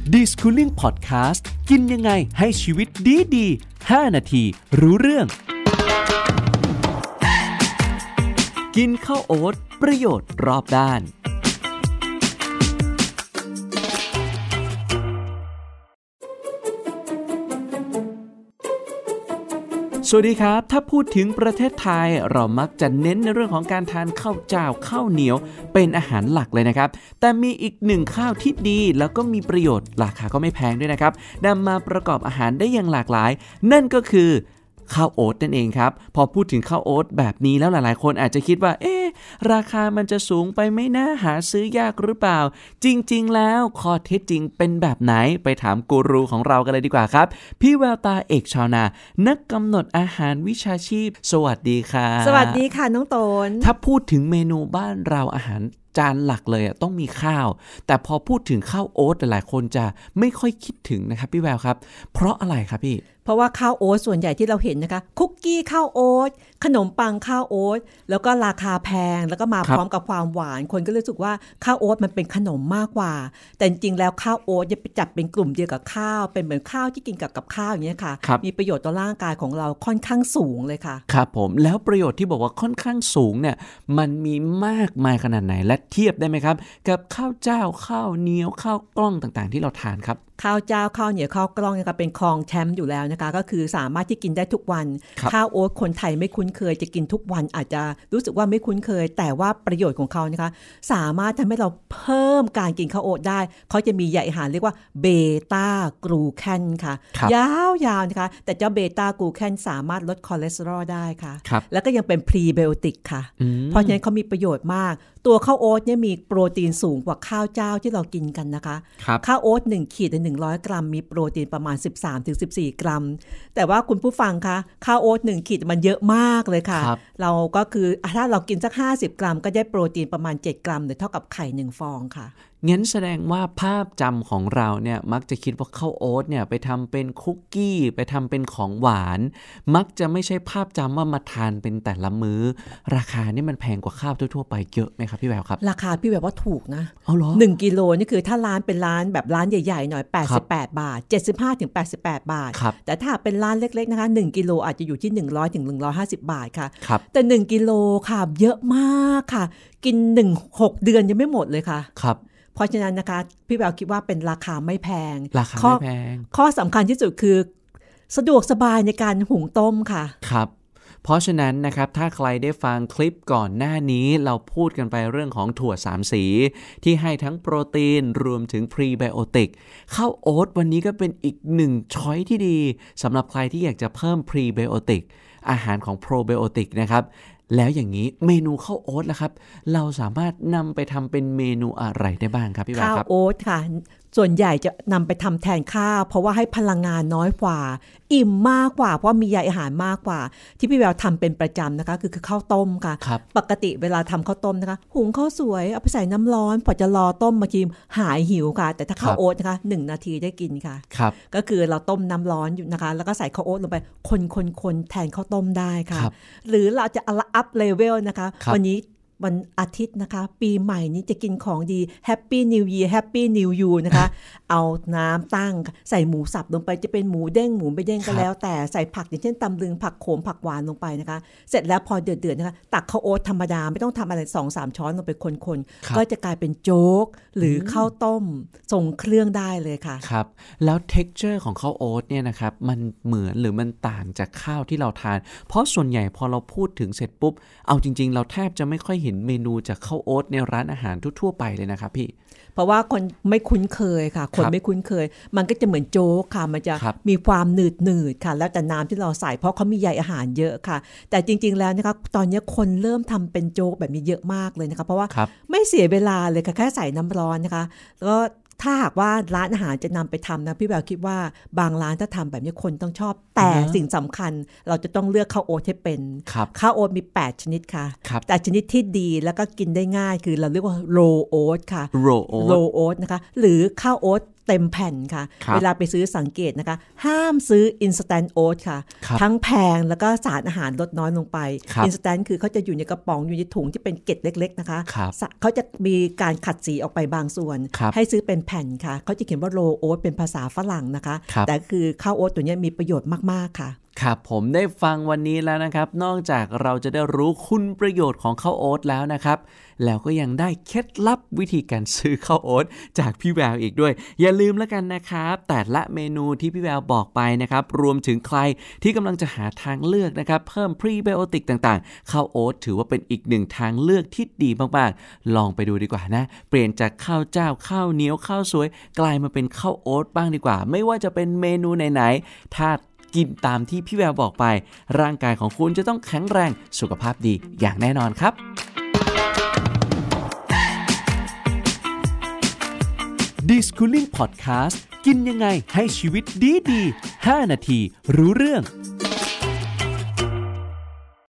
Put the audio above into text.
Discooling Podcast กินยังไงให้ชีวิตดีๆ5นาทีรู้เรื่องกินข้าวโอ๊ตประโยชน์รอบด้านสวัสดีครับถ้าพูดถึงประเทศไทยเรามักจะเน้นในเรื่องของการทานข้าวเจ้าข้าวเหนียวเป็นอาหารหลักเลยนะครับแต่มีอีกหนึ่งข้าวที่ดีแล้วก็มีประโยชน์ราคาก็ไม่แพงด้วยนะครับนำมาประกอบอาหารได้อย่างหลากหลายนั่นก็คือข้าวโอ๊ตนั่นเองครับพอพูดถึงข้าวโอ๊ตแบบนี้แล้วหลายๆคนอาจจะคิดว่าราคามันจะสูงไปไหมนะหาซื้อยากหรือเปล่าจริงๆแล้วข้อเท็จจริงเป็นแบบไหนไปถามกูรูของเรากันเลยดีกว่าครับพี่แววตาเอกชาวนานักกำหนดอาหารวิชาชีพสวัสดีค่ะสวัสดีค่ะน้องโตนถ้าพูดถึงเมนูบ้านเราอาหารจานหลักเลยต้องมีข้าวแต่พอพูดถึงข้าวโอ๊ตหลายคนจะไม่ค่อยคิดถึงนะครับพี่แววครับเพราะอะไรครับพี่เพราะว่าข้าวโอ๊ตส่วนใหญ่ที่เราเห็นนะคะคุกกี้ข้าวโอ๊ตขนมปังข้าวโอ๊ตแล้วก็ราคาแพงแล้วก็มาพร้อมกับความหวานคนก็รู้สึกว่าข้าวโอ๊ตมันเป็นขนมมากกว่าแต่จริงๆแล้วข้าวโอ๊ตจะจัดเป็นกลุ่มเดียวกับข้าวเป็นเหมือนข้าวที่กินกับข้าวอย่างนี้ค่ะมีประโยชน์ต่อร่างกายของเราค่อนข้างสูงเลยค่ะครับผมแล้วประโยชน์ที่บอกว่าค่อนข้างสูงเนี่ยมันมีมากมายขนาดไหนและเทียบได้ไหมครับกับข้าวเจ้าข้าวเหนียวข้าวกล้องต่างๆที่เราทานครับข้าวเจ้าข้าวเหนียวข้าวกล้องนะคะเป็นครองแชมป์อยู่แล้วนะคะก็คือสามารถที่กินได้ทุกวันข้าวโอ๊ตคนไทยไม่คุ้นเคยจะกินทุกวันอาจจะรู้สึกว่าไม่คุ้นเคยแต่ว่าประโยชน์ของเขานะคะสามารถทำให้เราเพิ่มการกินข้าวโอ๊ตได้เขาจะมีใยอาหารเรียกว่าเบต้ากลูแคนค่ะยาวๆนะคะแต่เจ้าเบต้ากลูแคนสามารถลดคอเลสเตอรอลได้ค่ะแล้วก็ยังเป็นพรีไบโอติกค่ะเพราะฉะนั้นเขามีประโยชน์มากตัวข้าวโอ๊ตเนี่ยมีโปรตีนสูงกว่าข้าวเจ้าที่เรากินกันนะคะข้าวโอ๊ต1ขีดใน100 กรัมมีโปรตีนประมาณ 13-14 กรัมแต่ว่าคุณผู้ฟังคะข้าวโอ๊ต1ขีดมันเยอะมากเลยค่ะเราก็คือถ้าเรากินสัก50 กรัมก็ได้โปรตีนประมาณ7 กรัมหรือเท่ากับไข่1ฟองค่ะงั้นแสดงว่าภาพจำของเราเนี่ยมักจะคิดว่าข้าวโอ๊ตเนี่ยไปทำเป็นคุกกี้ไปทำเป็นของหวานมักจะไม่ใช่ภาพจำว่ามาทานเป็นแต่ละมื้อราคานี่มันแพงกว่าข้าวทั่วๆไปเยอะไหมครับพี่แววครับราคาพี่แววว่าถูกนะเอาเหรอ 1กิโลนี่คือถ้าร้านเป็นร้านแบบร้านใหญ่ๆหน่อย88 บาท 75-88 บาทแต่ถ้าเป็นร้านเล็กๆนะคะ1กิโลอาจจะอยู่ที่100-150 บาทค่ะแต่1กิโลค่ะเยอะมากค่ะกิน6 เดือนยังไม่หมดเลยค่ะครับเพราะฉะนั้นนะคะพี่แววคิดว่าเป็นราคาไม่แพงราคาไม่แพงข้อสำคัญที่สุดคือสะดวกสบายในการหุงต้มค่ะครับเพราะฉะนั้นนะครับถ้าใครได้ฟังคลิปก่อนหน้านี้เราพูดกันไปเรื่องของถั่ว3สีที่ให้ทั้งโปรตีนรวมถึงพรีไบโอติกข้าวโอ๊ตวันนี้ก็เป็นอีกหนึ่งช้อยที่ดีสำหรับใครที่อยากจะเพิ่มพรีไบโอติกอาหารของโปรไบโอติกนะครับแล้วอย่างนี้เมนูข้าวโอ๊ตล่ะครับเราสามารถนำไปทำเป็นเมนูอะไรได้บ้างครับพี่แววครับข้าวโอ๊ตค่ะส่วนใหญ่จะนำไปทำแทนข้าวเพราะว่าให้พลังงานน้อยกว่าอิ่มมากกว่าเพราะมีใยอาหารมากกว่าที่พี่แววทำเป็นประจำนะคะคือข้าวต้มค่ะปกติเวลาทำข้าวต้มนะคะหุงข้าวสวยเอาไปใส่น้ำร้อนพอจะรอต้มบางทีหายหิวค่ะแต่ถ้าข้าวโอ๊ตนะคะ1 นาทีได้กินค่ะก็คือเราต้มน้ำร้อนอยู่นะคะแล้วก็ใส่ข้าวโอ๊ตลงไปคนแทนข้าวต้มได้ค่ะหรือเราจะอัพเลเวลนะคะวันอาทิตย์นะคะปีใหม่นี้จะกินของดี Happy New Year Happy New You นะคะเอาน้ำตั้งใส่หมูสับลงไปจะเป็นหมูเด้งหมูไม่เด้งก็แล้วแต่ใส่ผักอย่างเช่นตำลึงผักโขมผักหวานลงไปนะคะเสร็จแล้วพอเดือดๆนะคะตักข้าวโอ๊ตธรรมดาไม่ต้องทำอะไร 2-3 ช้อนลงไปคนๆก็จะกลายเป็นโจ๊กหรือข้าวต้มส่งเครื่องได้เลยค่ะครับแล้ว texture ของข้าวโอ๊ตเนี่ยนะครับมันเหมือนหรือมันต่างจากข้าวที่เราทานเพราะส่วนใหญ่พอเราพูดถึงเสร็จปุ๊บเอาจริงๆเราแทบจะไม่ค่อยเห็นเมนูจากข้าวโอ๊ตในร้านอาหารทั่วๆไปเลยนะครับพี่เพราะว่าคนไม่คุ้นเคยค่ะคนไม่คุ้นเคยมันก็จะเหมือนโจ๊กค่ะมันจะมีความหนืดค่ะแล้วแต่น้ำที่เราใส่เพราะเขามีใยอาหารเยอะค่ะแต่จริงๆแล้วนะคะตอนนี้คนเริ่มทำเป็นโจ๊กแบบนี้เยอะมากเลยนะคะเพราะว่าไม่เสียเวลาเลยค่ะแค่ใส่น้ำร้อนนะคะแล้วก็ถ้าหากว่าร้านอาหารจะนำไปทำนะพี่แววคิดว่าบางร้านถ้าทำแบบนี้คนต้องชอบแต่สิ่งสำคัญเราจะต้องเลือกข้าวโอ๊ตให้เป็นข้าวโอ๊ตมี8ชนิดค่ะแต่ชนิดที่ดีแล้วก็กินได้ง่ายคือเราเรียกว่าโรโอ๊ตค่ะโรโอ๊ตนะคะหรือข้าวโอ๊ตเต็มแผ่นค่ะเวลาไปซื้อสังเกตนะคะห้ามซื้อ instant oat ค่ะทั้งแพงแล้วก็สารอาหารลดน้อยลงไป instant คือเขาจะอยู่ในกระป๋องอยู่ในถุงที่เป็นเกล็ดเล็กๆนะคะเขาจะมีการขัดสีออกไปบางส่วนให้ซื้อเป็นแผ่นค่ะเขาจะเขียนว่า raw oat เป็นภาษาฝรั่งนะคะแต่คือข้าวโอ๊ตตัวนี้มีประโยชน์มากๆค่ะครับผมได้ฟังวันนี้แล้วนะครับนอกจากเราจะได้รู้คุณประโยชน์ของข้าวโอ๊ตแล้วนะครับแล้วก็ยังได้เคล็ดลับวิธีการซื้อข้าวโอ๊ตจากพี่แววอีกด้วยอย่าลืมแล้วกันนะครับแต่ละเมนูที่พี่แววบอกไปนะครับรวมถึงใครที่กำลังจะหาทางเลือกนะครับเพิ่มพรีไบโอติกต่างๆข้าวโอ๊ตถือว่าเป็นอีกหนึ่งทางเลือกที่ดีมากๆลองไปดูดีกว่านะเปลี่ยนจากข้าวเจ้าข้าวเหนียวข้าวสวยกลายมาเป็นข้าวโอ๊ตบ้างดีกว่าไม่ว่าจะเป็นเมนูไหนๆถ้ากินตามที่พี่แววบอกไปร่างกายของคุณจะต้องแข็งแรงสุขภาพดีอย่างแน่นอนครับ Discooling Podcast กินยังไงให้ชีวิตดีๆ5 นาทีรู้เรื่อง